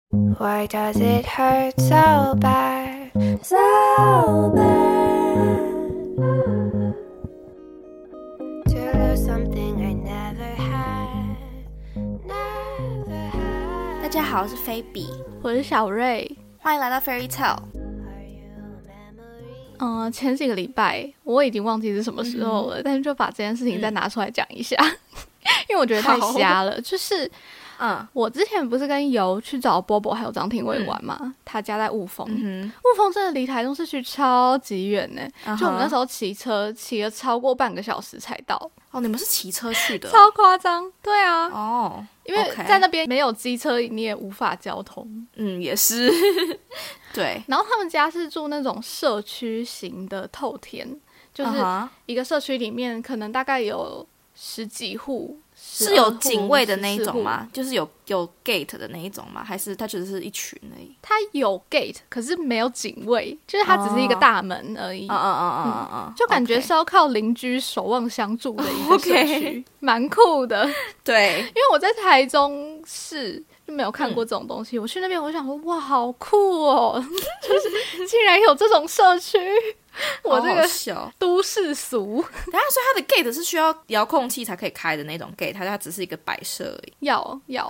Why does it hurt so bad? So bad to lose something I never had, never had. 大家好，我是菲比， 我是小瑞， 欢迎来到 Fairy Tale。 前几个礼拜我已经忘记是什么时候了，但是就把这件事情再拿出来讲一下，因为我觉得太瞎了。就是我之前不是跟游去找波波还有张庭伟玩嘛，他家在雾峰，雾峰真的离台中市区超级远呢，就我们那时候骑车骑了超过半个小时才到。 哦，你们是骑车去的？ 超夸张。对啊。 哦， 因为在那边没有机车你也无法交通。 也是。对。 然后他们家是住那种社区型的透天，就是一个社区里面可能大概有十几户， 是有警卫的那一种吗？就是有 gate 的那一种吗？还是它只是一群而已？ 它有 gate， 可是没有警卫，就是它只是一个大门而已。就感觉是要靠邻居守望相助的一个社区，蛮酷的。 对， 因为我在台中市就没有看过这种东西，我去那边我就想说，哇，好酷哦！就是竟然有这种社区。我这个都市俗， 等下，所以它的 gate 是需要遥控器才可以开的那种 gate， 它只是一个摆设而已。 要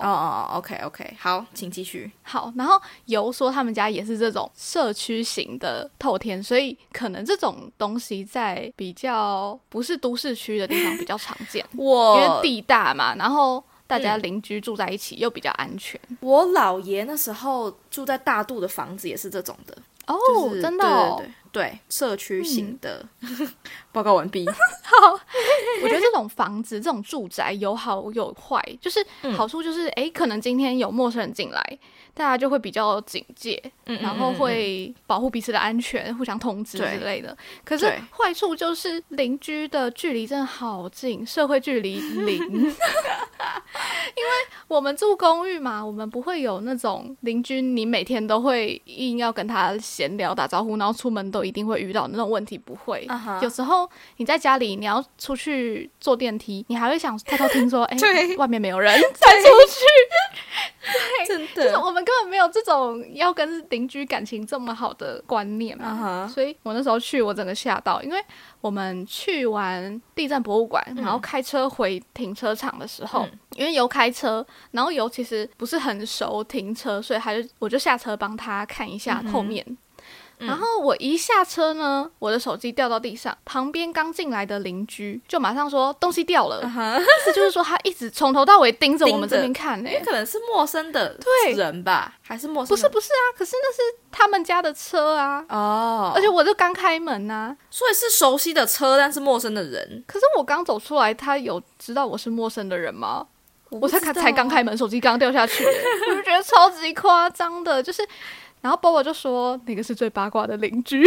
OK， 好，请继续。 好，然后游说他们家也是这种社区型的透天，所以可能这种东西在比较不是都市区的地方比较常见。因为地大嘛，然后大家邻居住在一起又比较安全。 我姥爷那时候住在大肚的房子也是这种的。 哦， 就是、 真的哦。 对，社区型的。报告完毕。 好，我觉得这种房子、这种住宅有好有坏，就是好处就是，可能今天有陌生人进来，大家就会比较警戒，然后会保护彼此的安全，互相通知之类的。可是坏处就是邻居的距离真的好近，社会距离零。因为我们住公寓嘛，我们不会有那种邻居，你每天都会硬要跟他闲聊打招呼，然后出门都一定会遇到那种问题，不会。有时候你在家里，你要出去坐电梯，你还会想偷偷听说，外面没有人再出去。 真的， 就是我们根本没有这种要跟邻居感情这么好的观念嘛。所以我那时候去，我整个吓到，因为我们去完地震博物馆，然后开车回停车场的时候，因为游开车，然后游其实不是很熟停车，所以我就下车帮他看一下后面。然后我一下车呢，我的手机掉到地上，旁边刚进来的邻居就马上说东西掉了，意思就是说他一直从头到尾盯着我们这边看因为可能是陌生的人吧，还是陌生的？ 不是啊，可是那是他们家的车啊。而且我就刚开门啊，所以是熟悉的车，但是陌生的人。 可是我刚走出来，他有知道我是陌生的人吗？我才刚开门，手机刚掉下去我就觉得超级夸张的，就是。然后 Bobo 就说那个是最八卦的邻居。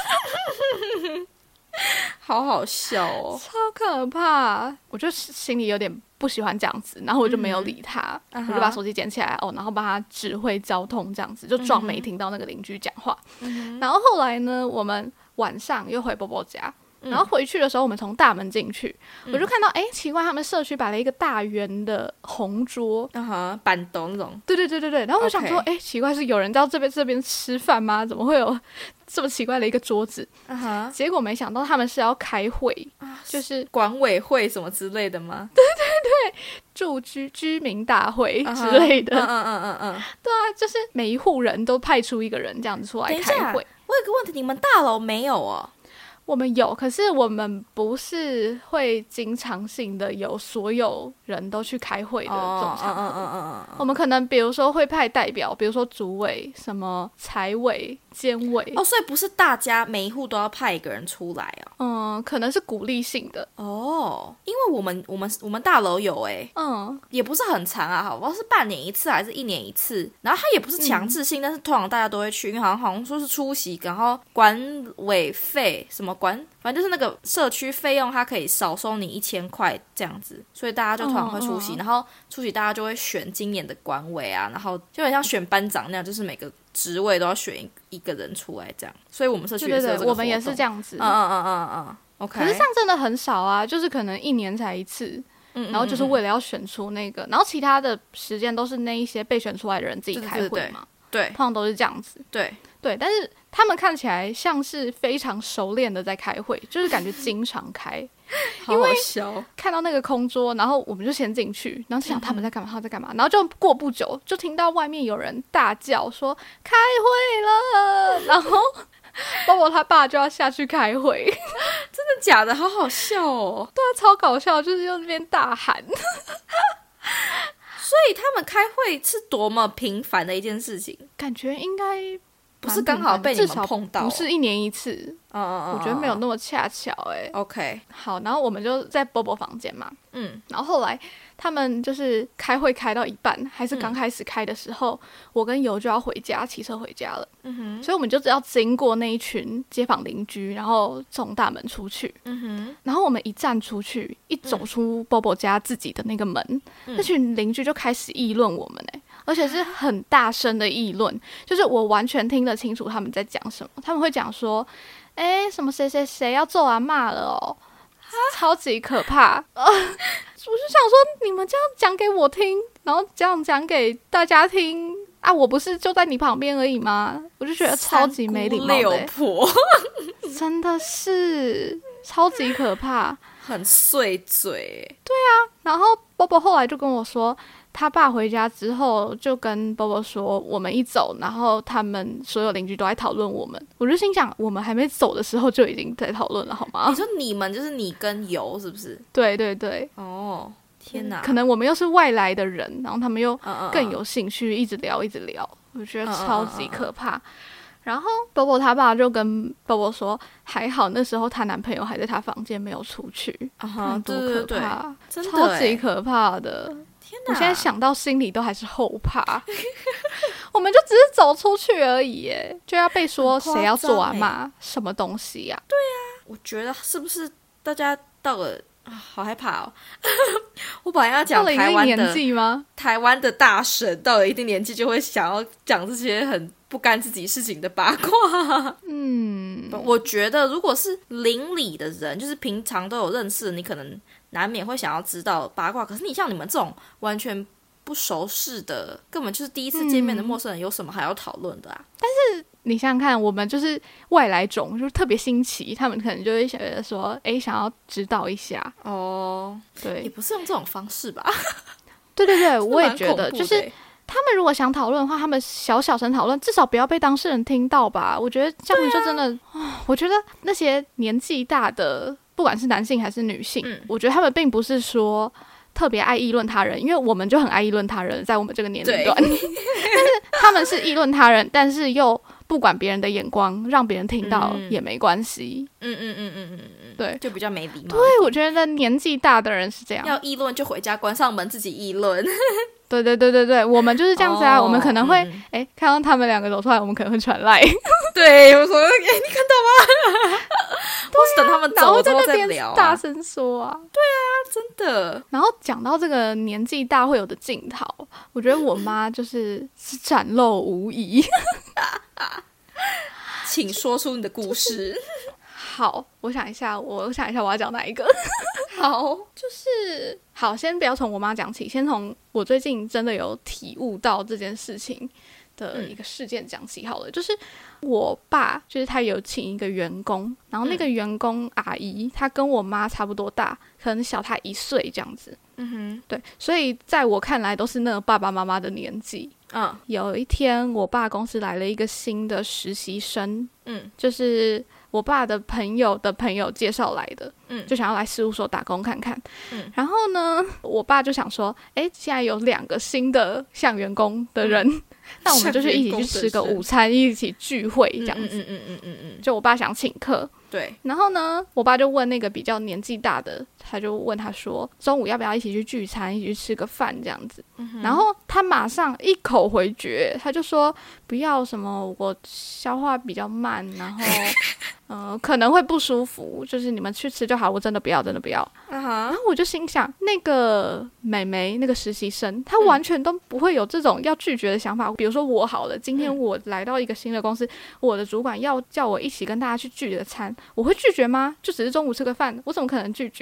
好好笑哦， 超可怕。我就心里有点不喜欢这样子，然后我就没有理他，我就把手机捡起来然后帮他指挥交通，这样子就装没听到那个邻居讲话。然后后来呢，我们晚上又回 Bobo 家，然后回去的时候我们从大门进去，我就看到奇怪，他们社区摆了一个大圆的红桌， 板凳那种。 对，然后我想说奇怪，是有人到这边吃饭吗？怎么会有这么奇怪的一个桌子？结果没想到他们是要开会，就是管委会什么之类的吗？ 对，住居民大会之类的。对啊，就是每一户人都派出一个人这样子出来开会。 我有个问题，你们大楼没有哦？ 我们有，可是我们不是会经常性的有所有人都去开会的这种场合。我们可能比如说会派代表，比如说主委、什么财委、监委。 所以不是大家每一户都要派一个人出来可能是鼓励性的。 因为我们大楼有也不是很长啊，好不好？是半年一次还是1年一次？然后它也不是强制性，但是通常大家都会去，因为好像说是出席，然后管委费什么。反正就是那个社区费用，它可以少收你1000块这样子，所以大家就通常会出席，然后出席大家就会选今年的管委啊，然后就很像选班长那样，就是每个职位都要选一个人出来这样，所以我们社区也是有这个活动。 我们也是这样子。 OK。 可是这样真的很少啊，就是可能1年才一次。 然后就是为了要选出那个，然后其他的时间都是那一些被选出来的人自己开会嘛， 对， 通常都是这样子， 对， 但是他们看起来像是非常熟练的在开会，就是感觉经常开。 好好笑， 看到那个空桌，然后我们就先进去，然后就想他们在干嘛，他们在干嘛，然后就过不久就听到外面有人大叫说开会了，然后包括他爸就要下去开会。 真的假的？好好笑哦！ 对啊，超搞笑，就是用那边大喊。 所以他们开会是多么频繁的一件事情， 感觉应该不是刚好被你们碰到， 不是1年1次。我觉得没有那么恰巧 OK， 好，然后我们就在波波房间嘛，然后后来他们就是开会开到一半，还是刚开始开的时候，我跟游就要回家，骑车回家了。所以我们就只要经过那一群街坊邻居，然后从大门出去。然后我们一站出去，一走出波波家自己的那个门，那群邻居就开始议论我们而且是很大声的议论，就是我完全听得清楚他们在讲什么。他们会讲说什么谁谁谁要揍阿嬷了哦，超级可怕。我就想说你们这样讲给我听，然后这样讲给大家听啊，我不是就在你旁边而已吗？我就觉得超级没礼貌的三姑六婆真的是超级可怕， 很碎嘴。 对啊，然后波波后来就跟我说他爸回家之后就跟波波说我们一走，然后他们所有邻居都在讨论我们。我就心想我们还没走的时候就已经在讨论了好吗？ 你说你们就是你跟游是不是？ 对对对。 天哪， 可能我们又是外来的人，然后他们又更有兴趣一直聊一直聊，我觉得超级可怕。然后波波他爸就跟波波说还好那时候她男朋友还在她房间没有出去，多可怕， 真的超级可怕的。 天哪， 我现在想到心里都还是后怕。我们就只是走出去而已耶，就要被说谁要做阿嬷什么东西呀？对啊， 我觉得是不是大家到了好害怕哦。我本来要讲台湾的年纪吗？ 台湾的大神到了一定年纪就会想要讲这些很不干自己事情的八卦。我觉得如果是邻里的人，就是平常都有认识的，你可能难免会想要知道八卦。可是你像你们这种完全不熟识的，根本就是第一次见面的陌生人，有什么还要讨论的啊？ 但是你想想看，我们就是外来种，就是特别新奇，他们可能就会觉得说想要知道一下。对， 也不是用这种方式吧。 对对对，我也觉得就是他们如果想讨论的话，他们小声讨论，至少不要被当事人听到吧。我觉得这样子就真的我觉得那些年纪大的不管是男性还是女性，我觉得他们并不是说特别爱议论他人，因为我们就很爱议论他人，在我们这个年龄段。但是他们是议论他人，但是又不管别人的眼光，让别人听到也没关系。对， 就比较没礼貌。 对，我觉得年纪大的人是这样， 要议论就回家关上门自己议论。 对对对对对，我们就是这样子啊。我们可能会看到他们两个走出来，我们可能会传赖。 对，我说你看到吗？或是等他们走了之后再聊大声说啊。 对啊，真的。 然后讲到这个年纪大会有的镜头，我觉得我妈就是展露无遗。 请说出你的故事。 好，我想一下我要讲哪一个。 好， 就是好，先不要从我妈讲起，先从我最近真的有体悟到这件事情的一个事件讲起好了。就是我爸，就是他有请一个员工，然后那个员工阿姨，她跟我妈差不多大，可能小她1岁这样子。对，所以在我看来都是那个爸爸妈妈的年纪。有一天我爸公司来了一个新的实习生，就是我爸的朋友的朋友介绍来的，就想要来事务所打工看看。然后呢，我爸就想说，现在有2个新的像员工的人，那我们就是一起去吃个午餐，一起聚会这样子。就我爸想请客。 对， 然后呢，我爸就问那个比较年纪大的，他就问他说，中午要不要一起去聚餐，一起去吃个饭这样子。然后他马上一口回绝，他就说不要，什么我消化比较慢，然后可能会不舒服，就是你们去吃就好，我真的不要，真的不要。然后我就心想，那个妹妹那个实习生，她完全都不会有这种要拒绝的想法。比如说我好了，今天我来到一个新的公司，我的主管要叫我一起跟大家去聚个餐，我会拒绝吗？就只是中午吃个饭，我怎么可能拒绝？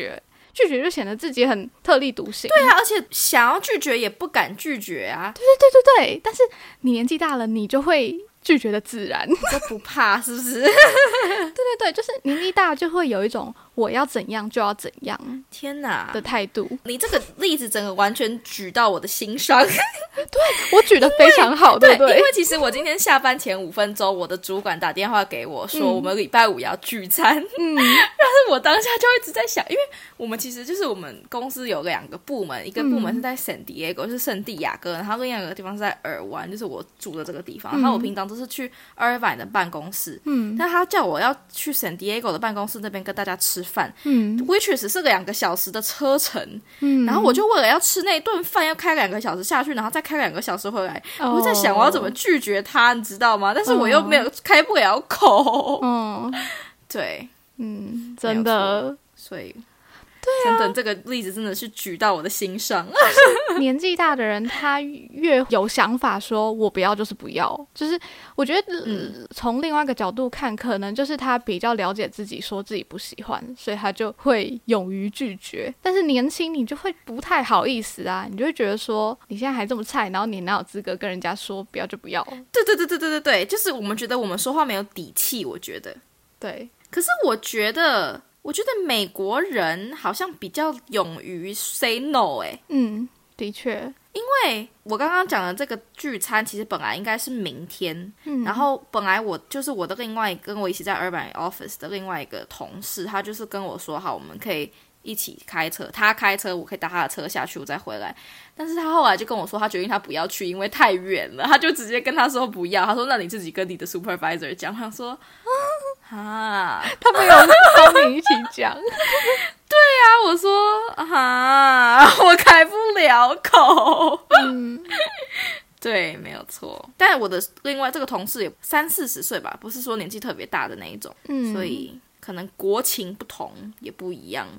拒绝就显得自己很特立独行。 对啊，而且想要拒绝也不敢拒绝啊。 对对对对对，但是你年纪大了，你就会拒绝的自然， 都不怕是不是？ 对对对，就是年纪大就会有一种我要怎样就要怎样天哪的态度。 你这个例子整个完全举到我的心上。 对，我举得非常好，对不对？ 因为其实我今天下班前5分钟，我的主管打电话给我说，我们礼拜5要聚餐。但是我当下就一直在想，因为我们其实就是我们公司有2个部门，一个部门是在San Diego，就是圣地亚哥，然后另外一个地方是在尔湾，就是我住的这个地方。然后我平常都是去Irvine的办公室，但他叫我要去San Diego的办公室那边跟大家吃饭，which is 是2个小时的车程，然后我就为了要吃那顿饭，要开2个小时下去，然后再开2个小时回来，我在想我要怎么拒绝他，你知道吗？但是我又没有开不了口，对， 真的， 所以。对啊，等这个例子真的是举到我的心上。 年纪大的人他越有想法说我不要就是不要，就是我觉得从另外一个角度看，可能就是他比较了解自己，说自己不喜欢，所以他就会勇于拒绝。但是年轻你就会不太好意思啊，你就会觉得说你现在还这么菜，然后你哪有资格跟人家说不要就不要。 对对对对对对对，就是我们觉得我们说话没有底气，我觉得对。 可是我觉得美国人好像比较勇于 say no 的确， 因为我刚刚讲的这个聚餐其实本来应该是明天，然后本来我就是我的另外跟我一起在 Urban Office 的另外一个同事，他就是跟我说好我们可以一起开车，他开车我可以搭他的车下去我再回来，但是他后来就跟我说他决定他不要去，因为太远了，他就直接跟他说不要，他说那你自己跟你的 supervisor 讲，他说啊， 他没有帮你一起讲。 对啊，我说啊，我开不了口。对，没有错。但我的另外这个同事也30-40岁吧，不是说年纪特别大的那一种，所以可能国情不同也不一样。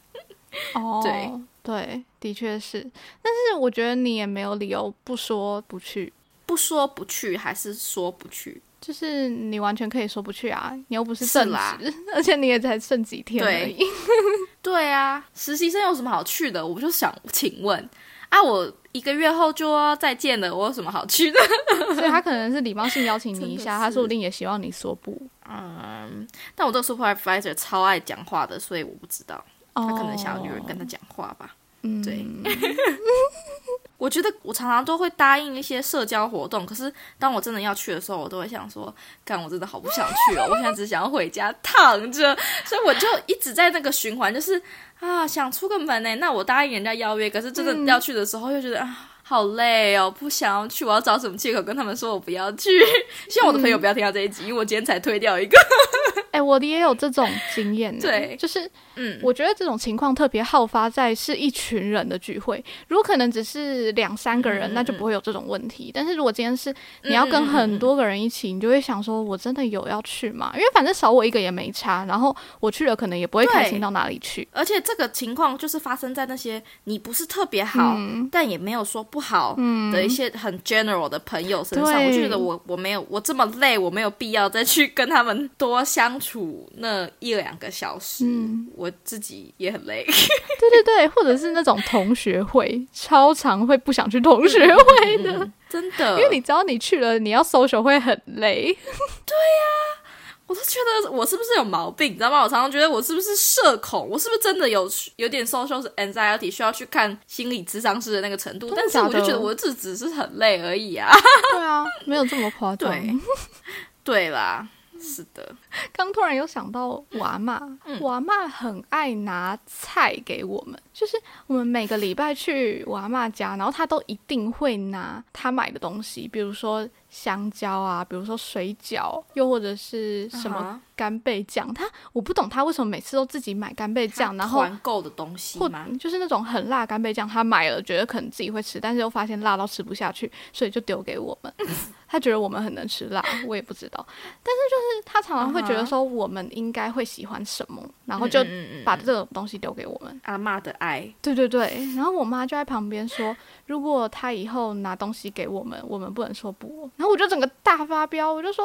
对，的确是。但是我觉得你也没有理由不说不去， 不说不去还是说不去。 就是你完全可以说不去啊，你又不是正职，而且你也才剩几天而已。 对啊，实习生有什么好去的？我就想请问啊，我1个月后就要再见了，我有什么好去的？ 所以他可能是礼貌性邀请你一下，他说不定也希望你说不。 但我这个 supervisor 超爱讲话的，所以我不知道，他可能想要有人跟他讲话吧。对。我觉得我常常都会答应一些社交活动，可是当我真的要去的时候，我都会想说干，我真的好不想去哦，我现在只想要回家躺着，所以我就一直在那个循环，就是啊想出个门耶，那我答应人家邀约，可是真的要去的时候又觉得好累哦，不想要去，我要找什么借口跟他们说我不要去。希望我的朋友不要听到这一集，因为我今天才推掉一个。 我也有这种经验。 对， 就是我觉得这种情况特别好发在是一群人的聚会，如果可能只是2-3个人，那就不会有这种问题。但是如果今天是你要跟很多个人一起，你就会想说我真的有要去吗？因为反正少我一个也没差，然后我去了可能也不会开心到哪里去。 而且这个情况就是发生在那些你不是特别好，但也没有说不好的一些很 general 的朋友身上。我就觉得我没有，我这么累，我没有必要再去跟他们多相处那1-2个小时，我自己也很累。 对对对，或者是那种同学会，超常会不想去同学会的。 真的， 因为你知道你去了，你要 social 会很累。对呀，我都觉得我是不是有毛病，你知道吗？我常常觉得我是不是社恐，我是不是真的有点 social anxiety， 需要去看心理咨商师的那个程度。但是我就觉得我自己只是很累而已啊。 对啊，没有这么夸张。 对啦。是的， 刚突然有想到我阿嬷，我阿嬷很爱拿菜给我们，就是我们每个礼拜去我阿嬷家，然后她都一定会拿她买的东西，比如说香蕉啊，比如说水饺，又或者是什么干贝酱。我不懂她为什么每次都自己买干贝酱，然后团购的东西吗？ 就是那种很辣干贝酱，她买了觉得可能自己会吃，但是又发现辣到吃不下去，所以就丢给我们。他觉得我们很能吃辣，我也不知道，但是就是他常常会觉得说我们应该会喜欢什么，然后就把这种东西丢给我们。 阿嬷的爱， 对对对。然后我妈就在旁边说，如果他以后拿东西给我们，我们不能说不。然后我就整个大发飙，我就说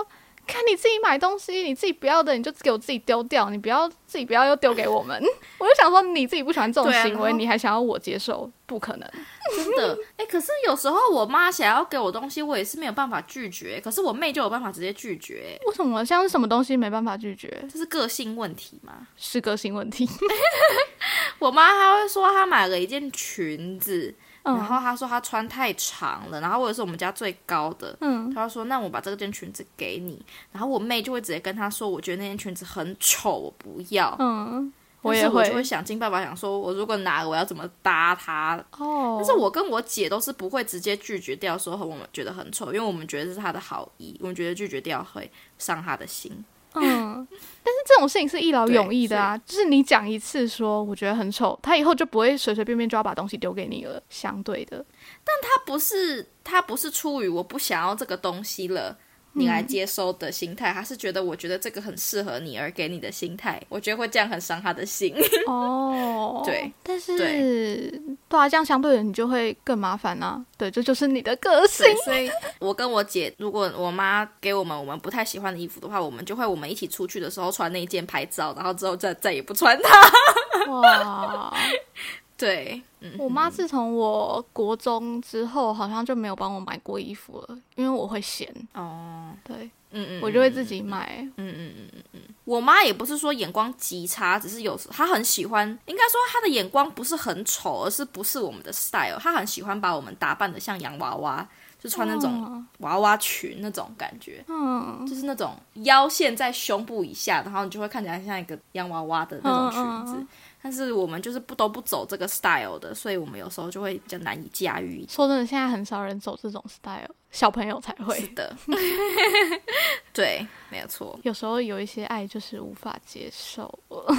看你自己买东西，你自己不要的你就给我自己丢掉，你自己不要又丢给我们。我就想说你自己不喜欢这种行为，你还想要我接受，不可能。 真的可是有时候我妈想要给我东西，我也是没有办法拒绝，可是我妹就有办法直接拒绝。 为什么？像是什么东西没办法拒绝？ 这是个性问题吗？ 是个性问题。 我妈她会说她买了一件裙子，然后她说她穿太长了，然后我也是我们家最高的，她就说那我把这件裙子给你，然后我妹就会直接跟她说我觉得那件裙子很丑，我不要。 我也会， 我就会想尽办法想说，我如果拿了，我要怎么搭它？但是我跟我姐都是不会直接拒绝掉，说我们觉得很丑，因为我们觉得是她的好意，我们觉得拒绝掉会伤她的心。 但是这种事情是一劳永逸的啊，就是你讲一次说我觉得很丑，他以后就不会随随便便就要把东西丢给你了，相对的。 但他不是出于我不想要这个东西了你来接收的心态，他是觉得我觉得这个很适合你而给你的心态，我觉得会这样很伤他的心。对， 但是对啊，这样相对的你就会更麻烦啊。对，这就是你的个性。 所以我跟我姐，如果我妈给我们不太喜欢的衣服的话，我们就会我们一起出去的时候穿那一件拍照，然后之后再也不穿它。 哇。 对， 我妈自从我国中之后，好像就没有帮我买过衣服了，因为我会嫌。对，我就会自己买。 我妈也不是说眼光极差，只是有时她很喜欢，应该说她的眼光不是很丑，而是不是我们的 style。她很喜欢把我们打扮得像洋娃娃，就穿那种娃娃裙那种感觉，就是那种腰线在胸部以下，然后你就会看起来像一个洋娃娃的那种裙子。但是我们就是都不走这个 style 的，所以我们有时候就会比较难以驾驭。 说真的，现在很少人走这种 style， 小朋友才会。 是的。对，没有错。 有时候有一些爱就是无法接受。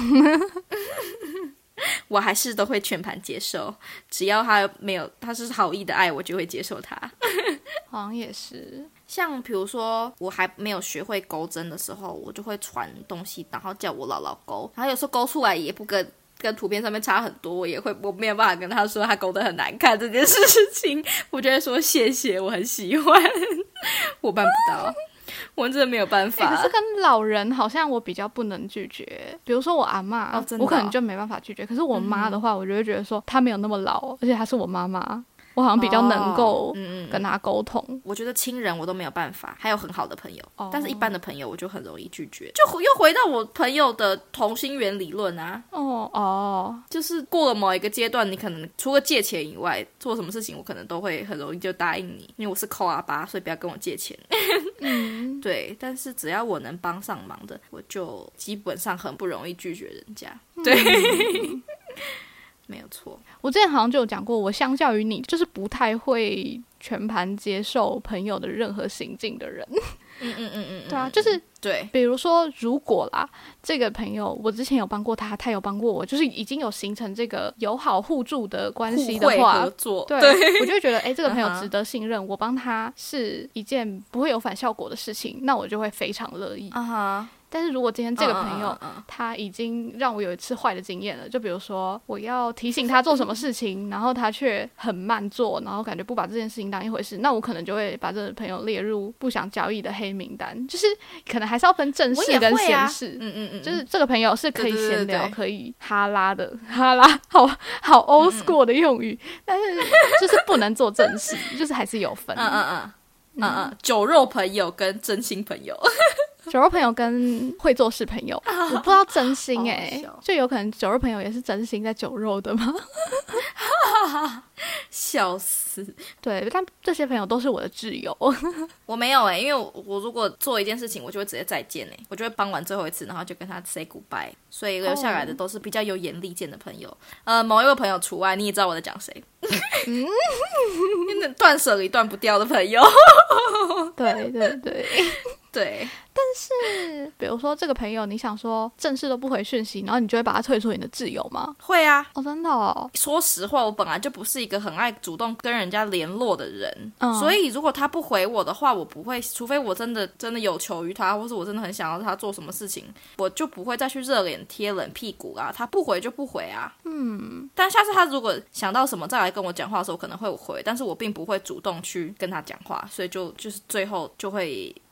我还是都会全盘接受，只要他是好意的爱，我就会接受他。 好像也是。 像比如说我还没有学会钩针的时候，我就会传东西，然后叫我姥姥钩，然后有时候钩出来也不跟图片上面差很多，我没有办法跟他说他勾得很难看这件事情，我就会说谢谢，我很喜欢。我办不到，我真的没有办法。 可是跟老人好像我比较不能拒绝，比如说我阿嬷，我可能就没办法拒绝。可是我妈的话，我就会觉得说她没有那么老，而且她是我妈妈。我好像比较能够跟他沟通。 我觉得亲人我都没有办法，还有很好的朋友，但是一般的朋友我就很容易拒绝。就又回到我朋友的同心圆理论啊。就是过了某一个阶段，你可能除了借钱以外，做什么事情我可能都会很容易就答应你，因为我是抠阿巴，所以不要跟我借钱。对，但是只要我能帮上忙的，我就基本上很不容易拒绝人家。对。没有错， 我之前好像就有讲过，我相较于你，就是不太会全盘接受朋友的任何行径的人。对啊，就是对， 比如说如果啦，这个朋友我之前有帮过他，他有帮过我，就是已经有形成这个友好互助的关系的话， 合作， 对，我就会觉得这个朋友值得信任，我帮他是一件不会有反效果的事情，那我就会非常乐意。但是如果今天这个朋友他已经让我有一次坏的经验了，就比如说我要提醒他做什么事情，然后他却很慢做，然后感觉不把这件事情当一回事，那我可能就会把这个朋友列入不想交易的黑名单。就是可能还是要分正式跟闲事。就是这个朋友是可以闲聊，可以哈拉的，哈拉好 old school 的用语，但是就是不能做正事，就是还是有分。 酒肉朋友跟真心朋友。 酒肉朋友跟会做事朋友，我不知道真心就有可能酒肉朋友也是真心在酒肉的吗？ 笑死！ 对，但这些朋友都是我的挚友。 我没有因为我如果做一件事情，我就会直接再见我就会帮完最后一次，然后就跟他 say goodbye。所以留下来的都是比较有眼力见的朋友。某一位朋友除外，你也知道我在讲谁。断舍离断不掉的朋友。对。 但是比如说这个朋友，你想说正事都不回讯息，然后你就会把他退出你的挚友吗？ 会啊。 真的哦。 说实话，我本来就不是一个很爱主动跟人家联络的人，所以如果他不回我的话，我不会，除非我真的有求于他，或是我真的很想要他做什么事情，我就不会再去热脸贴冷屁股啊。他不回就不回啊。但下次他如果想到什么再来跟我讲话的时候，我可能会回，但是我并不会主动去跟他讲话，所以就是最后就会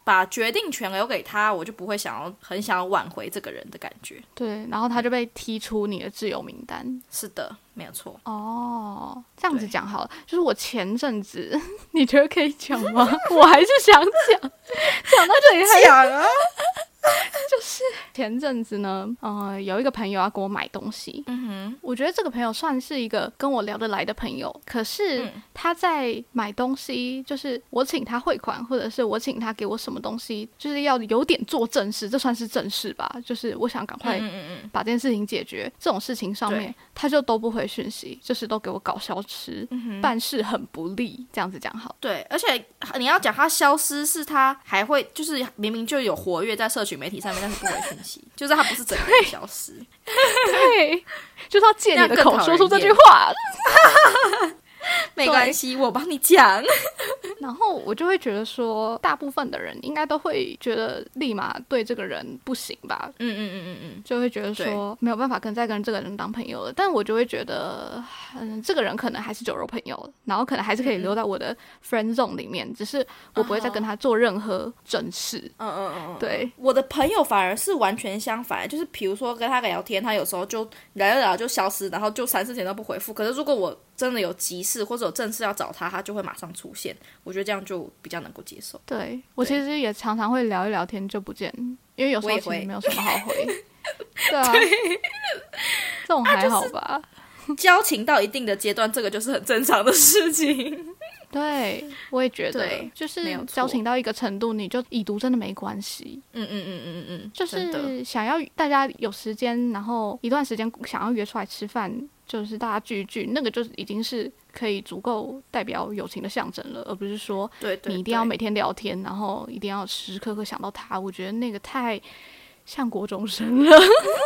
把决定权留给他，我就不会很想要挽回这个人的感觉。 对，然后他就被踢出你的挚友名单。 是的，没有错。 哦，这样子讲好了，就是我前阵子，你觉得可以讲吗？我还是想讲，讲到这里还讲啊。 就是前阵子呢，有一个朋友要跟我买东西，我觉得这个朋友算是一个跟我聊得来的朋友，可是他在买东西，就是我请他汇款，或者是我请他给我什么东西，就是要有点做正事，这算是正事吧，就是我想赶快把这件事情解决，这种事情上面他就都不回讯息，就是都给我搞消失，办事很不利，这样子讲好。 对，而且你要讲他消失，是他还会就是明明就有活跃在社群媒体上面，但是不回讯息，就是他不是整个人消失。 对，就是要借你的口说出这句话。 没关系，我帮你讲。 然后我就会觉得说，大部分的人应该都会觉得立马对这个人不行吧。就会觉得说没有办法再跟这个人当朋友了。但我就会觉得，这个人可能还是酒肉朋友，然后可能还是可以留在我的 friend zone 里面，只是我不会再跟他做任何正事。对， 我的朋友反而是完全相反，就是比如说跟他聊天，他有时候就聊一聊就消失，然后就3-4天都不回复。可是如果我真的有急事或者有正事要找他，他就会马上出现。我觉得这样就比较能够接受。 对，我其实也常常会聊一聊天就不见，因为有时候其实没有什么好回。对啊，这种还好吧。 交情到一定的阶段，这个就是很正常的事情。 对，我也觉得，就是交情到一个程度，你就已读真的没关系。就是想要大家有时间，然后一段时间想要约出来吃饭，就是大家聚一聚，那个就已经是可以足够代表友情的象征了，而不是说你一定要每天聊天，然后一定要时时刻刻想到他。我觉得那个太像国中生了。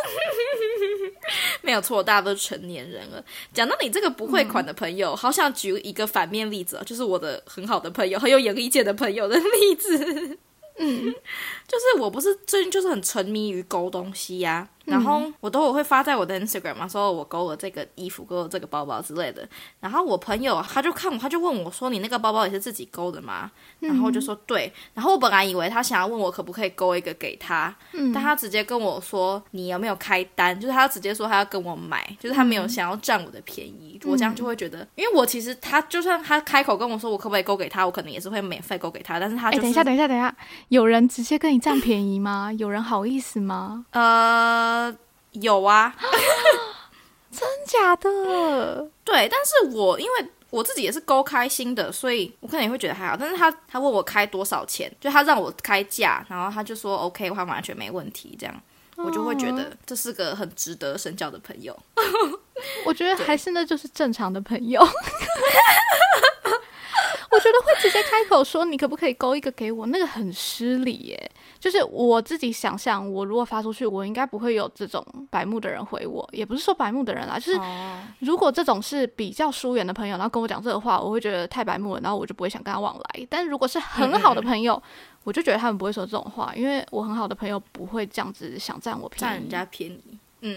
没有错，大家都是成年人了。讲到你这个不汇款的朋友，好想举一个反面例子，就是我的很好的朋友，很有眼力见的朋友的例子。就是我不是最近就是很沉迷于勾东西呀，然后我都会发在我的 Instagram 嘛，说我勾了这个衣服，勾了这个包包之类的。然后我朋友他就看我，他就问我说：“你那个包包也是自己勾的吗？”然后我就说对。然后我本来以为他想要问我可不可以勾一个给他，但他直接跟我说：“你有没有开单？”就是他直接说他要跟我买，就是他没有想要占我的便宜。我这样就会觉得，因为我其实他就算他开口跟我说我可不可以勾给他，我可能也是会免费勾给他，但是他就是…… 等一下，有人直接跟你占便宜吗？有人好意思吗？ 有啊。 真假的？ 对，但是因为我自己也是勾开心的，所以我可能也会觉得还好。但是他问我开多少钱，就他让我开价，然后他就说 OK， 他完全没问题，这样我就会觉得这是个很值得深交的朋友。 我觉得还是那就是正常的朋友。我觉得会直接开口说你可不可以勾一个给我，那个很失礼耶。就是我自己想象，我如果发出去，我应该不会有这种白目的人回我，也不是说白目的人啦，就是如果这种是比较疏远的朋友，然后跟我讲这个话，我会觉得太白目了，然后我就不会想跟他往来。但如果是很好的朋友，我就觉得他们不会说这种话，因为我很好的朋友不会这样子想占我便宜， 占人家便宜。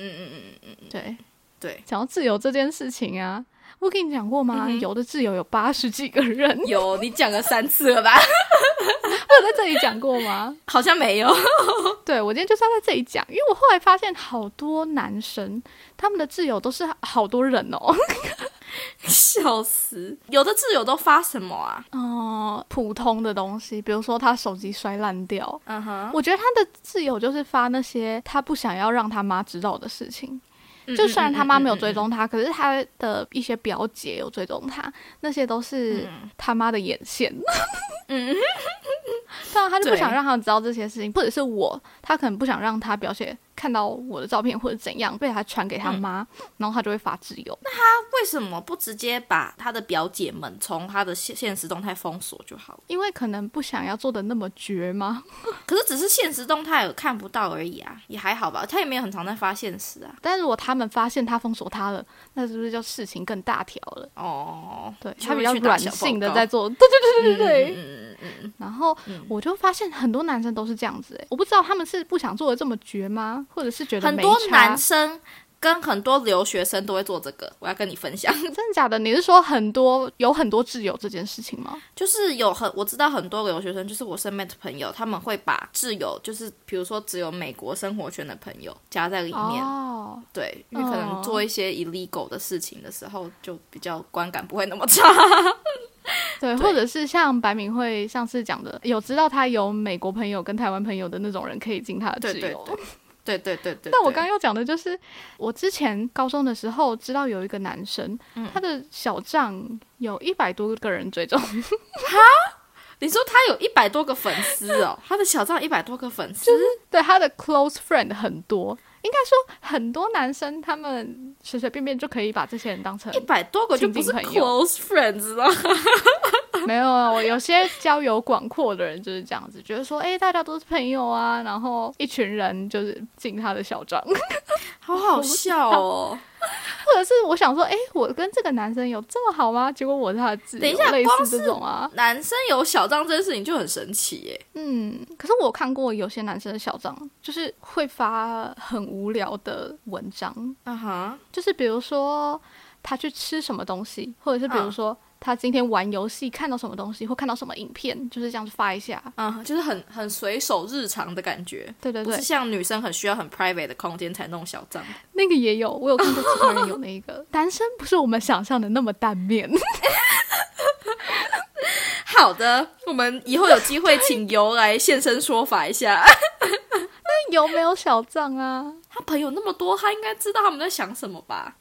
对。 讲到自由这件事情啊，我跟你讲过吗？有的挚友有80几个人。 有，你讲了3次了吧？ 我有在这里讲过吗？ 好像没有。 对，我今天就是要在这里讲，因为我后来发现好多男生他们的挚友都是好多人哦。 笑死！有的挚友都发什么啊？ 普通的东西，比如说他手机摔烂掉。我觉得他的挚友就是发那些他不想要让他妈知道的事情。就虽然他妈没有追踪他，可是他的一些表姐有追踪他，那些都是他妈的眼线。对啊，他就不想让他们知道这些事情，或者是他可能不想让他表姐看到我的照片或者怎样，被他传给他妈，然后他就会发挚友。 那他为什么不直接把他的表姐们从他的现实动态封锁就好？ 因为可能不想要做的那么绝吗？ 可是只是现实动态看不到而已啊，也还好吧，他也没有很常在发现实啊。 但如果他们发现他封锁他了，那是不是就事情更大条了？对，他比较软性的在做。对。然后我就发现很多男生都是这样子，我不知道他们是不想做的这么绝吗，或者是觉得没差。 很多男生跟很多留学生都会做这个，我要跟你分享。 真的假的？你是说有很多挚友这件事情吗？ 就是我知道很多留学生，就是我身边的朋友，他们会把挚友，就是比如说只有美国生活圈的朋友加在里面。哦，对，因为可能做一些 illegal 的事情的时候，就比较观感不会那么差。 对，或者是像白敏慧上次讲的，有知道他有美国朋友跟台湾朋友的那种人可以进他的挚友。 对。 但我刚刚要讲的就是，我之前高中的时候知道有一个男生，他的小账有100多个人追踪。哈？ 你说他有100多个粉丝哦？他的小账100多个粉丝？ 就是对，他的 close friend 很多。应该说很多男生他们随随便便就可以把这些人当成 100多个就不是 close friends 知道吗？ 没有啊，我有些交友广阔的人就是这样子，觉得说大家都是朋友啊，然后一群人就是进他的小账。 好好笑哦。 或者是我想说我跟这个男生有这么好吗？结果我是他的挚友。 等一下， 类似这种啊， 男生有小账这件事情就很神奇耶。 可是我看过有些男生的小账就是会发很无聊的文章。就是比如说他去吃什么东西，或者是比如说他今天玩游戏看到什么东西，或看到什么影片，就是这样子发一下。 就是很随手日常的感觉。对，不是像女生很需要很 private 的空间才弄小账。 那个也有，我有看过其他人有那个。男生不是我们想象的那么单面。 好的，我们以后有机会请游来现身说法一下。 那游没有小账啊？ 他朋友那么多，他应该知道他们在想什么吧？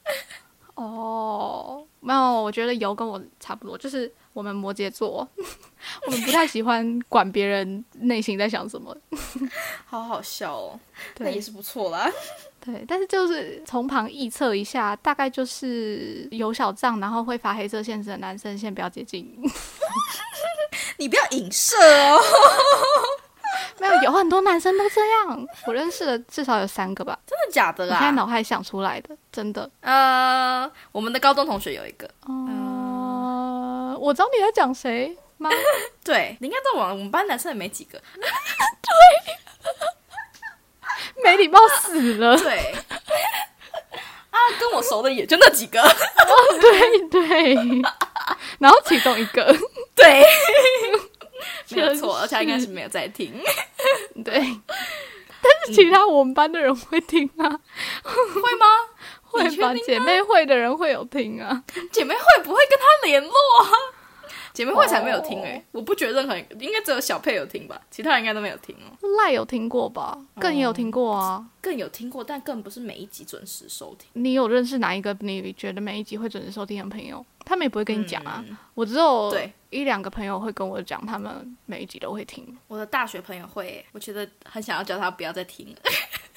没有，我觉得游跟我差不多，就是我们摩羯座，我们不太喜欢管别人内心在想什么。 好好笑哦，那也是不错啦。 对，但是就是从旁臆测一下，大概就是有小账然后会发黑色限制的男生先不要接近。 你不要影射哦。 没有很多男生都这样，我认识的至少有3个吧。 真的假的啦？ 我现在脑海想出来的，真的。 我们的高中同学有一个。 我知道你在讲谁吗？ 对，你应该知道我们班男生也没几个。 对，没礼貌死了。 对。跟我熟的也就那几个。 对。然后其中一个。 对。没有错，而且他应该是没有在听。 对，但是其他我们班的人会听啊。 会吗？ 会吧，姐妹会的人会有听啊。 姐妹会不会跟他联络啊？姐妹会才没有听我不觉得任何人，应该只有小佩有听吧，其他人应该都没有听哦。 赖有听过吧？更也有听过啊。 更有听过，但更不是每一集准时收听。 你有认识哪一个你觉得每一集会准时收听的朋友？他们也不会跟你讲啊。我只有1-2个朋友会跟我讲，他们每一集都会听。 我的大学朋友会我觉得很想要叫他不要再听了。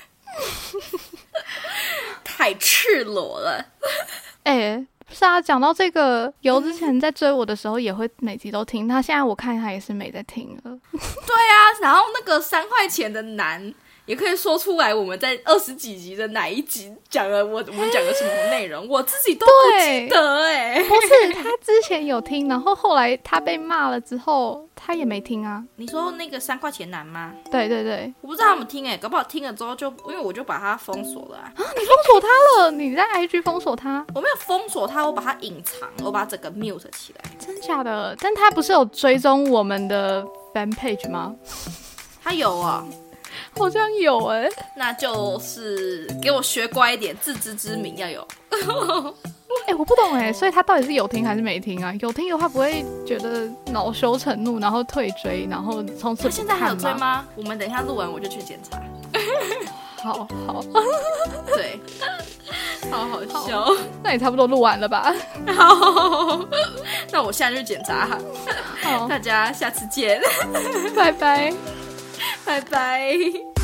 太赤裸了。 是啊，讲到这个，游之前在追我的时候也会每集都听，他现在我看他也是没在听了。对啊，然后那个3块钱的男也可以说出来我们在20几集的哪一集讲了我们讲了什么内容，我自己都不记得不是，他之前有听，然后后来他被骂了之后他也没听啊。 你说那个3块钱男吗？ 对， 我不知道他们听搞不好听了之后就因为我就把他封锁了你封锁他了？你在 IG 封锁他？ 我没有封锁他，我把他隐藏，我把整个 mute 起来。 真假的？但他不是有追踪我们的 fan page 吗？ 他有啊。 好像有那就是给我学乖一点，自知之明要有。 我不懂所以他到底是有听还是没听啊？有听的话不会觉得恼羞成怒，然后退追，然后从此不看吗？ 现在还有追吗？我们等一下录完我就去检查。 好， 对，好笑。 那也差不多录完了吧？ 好，那我现在去检查。好，大家下次见， 拜拜。 拜拜。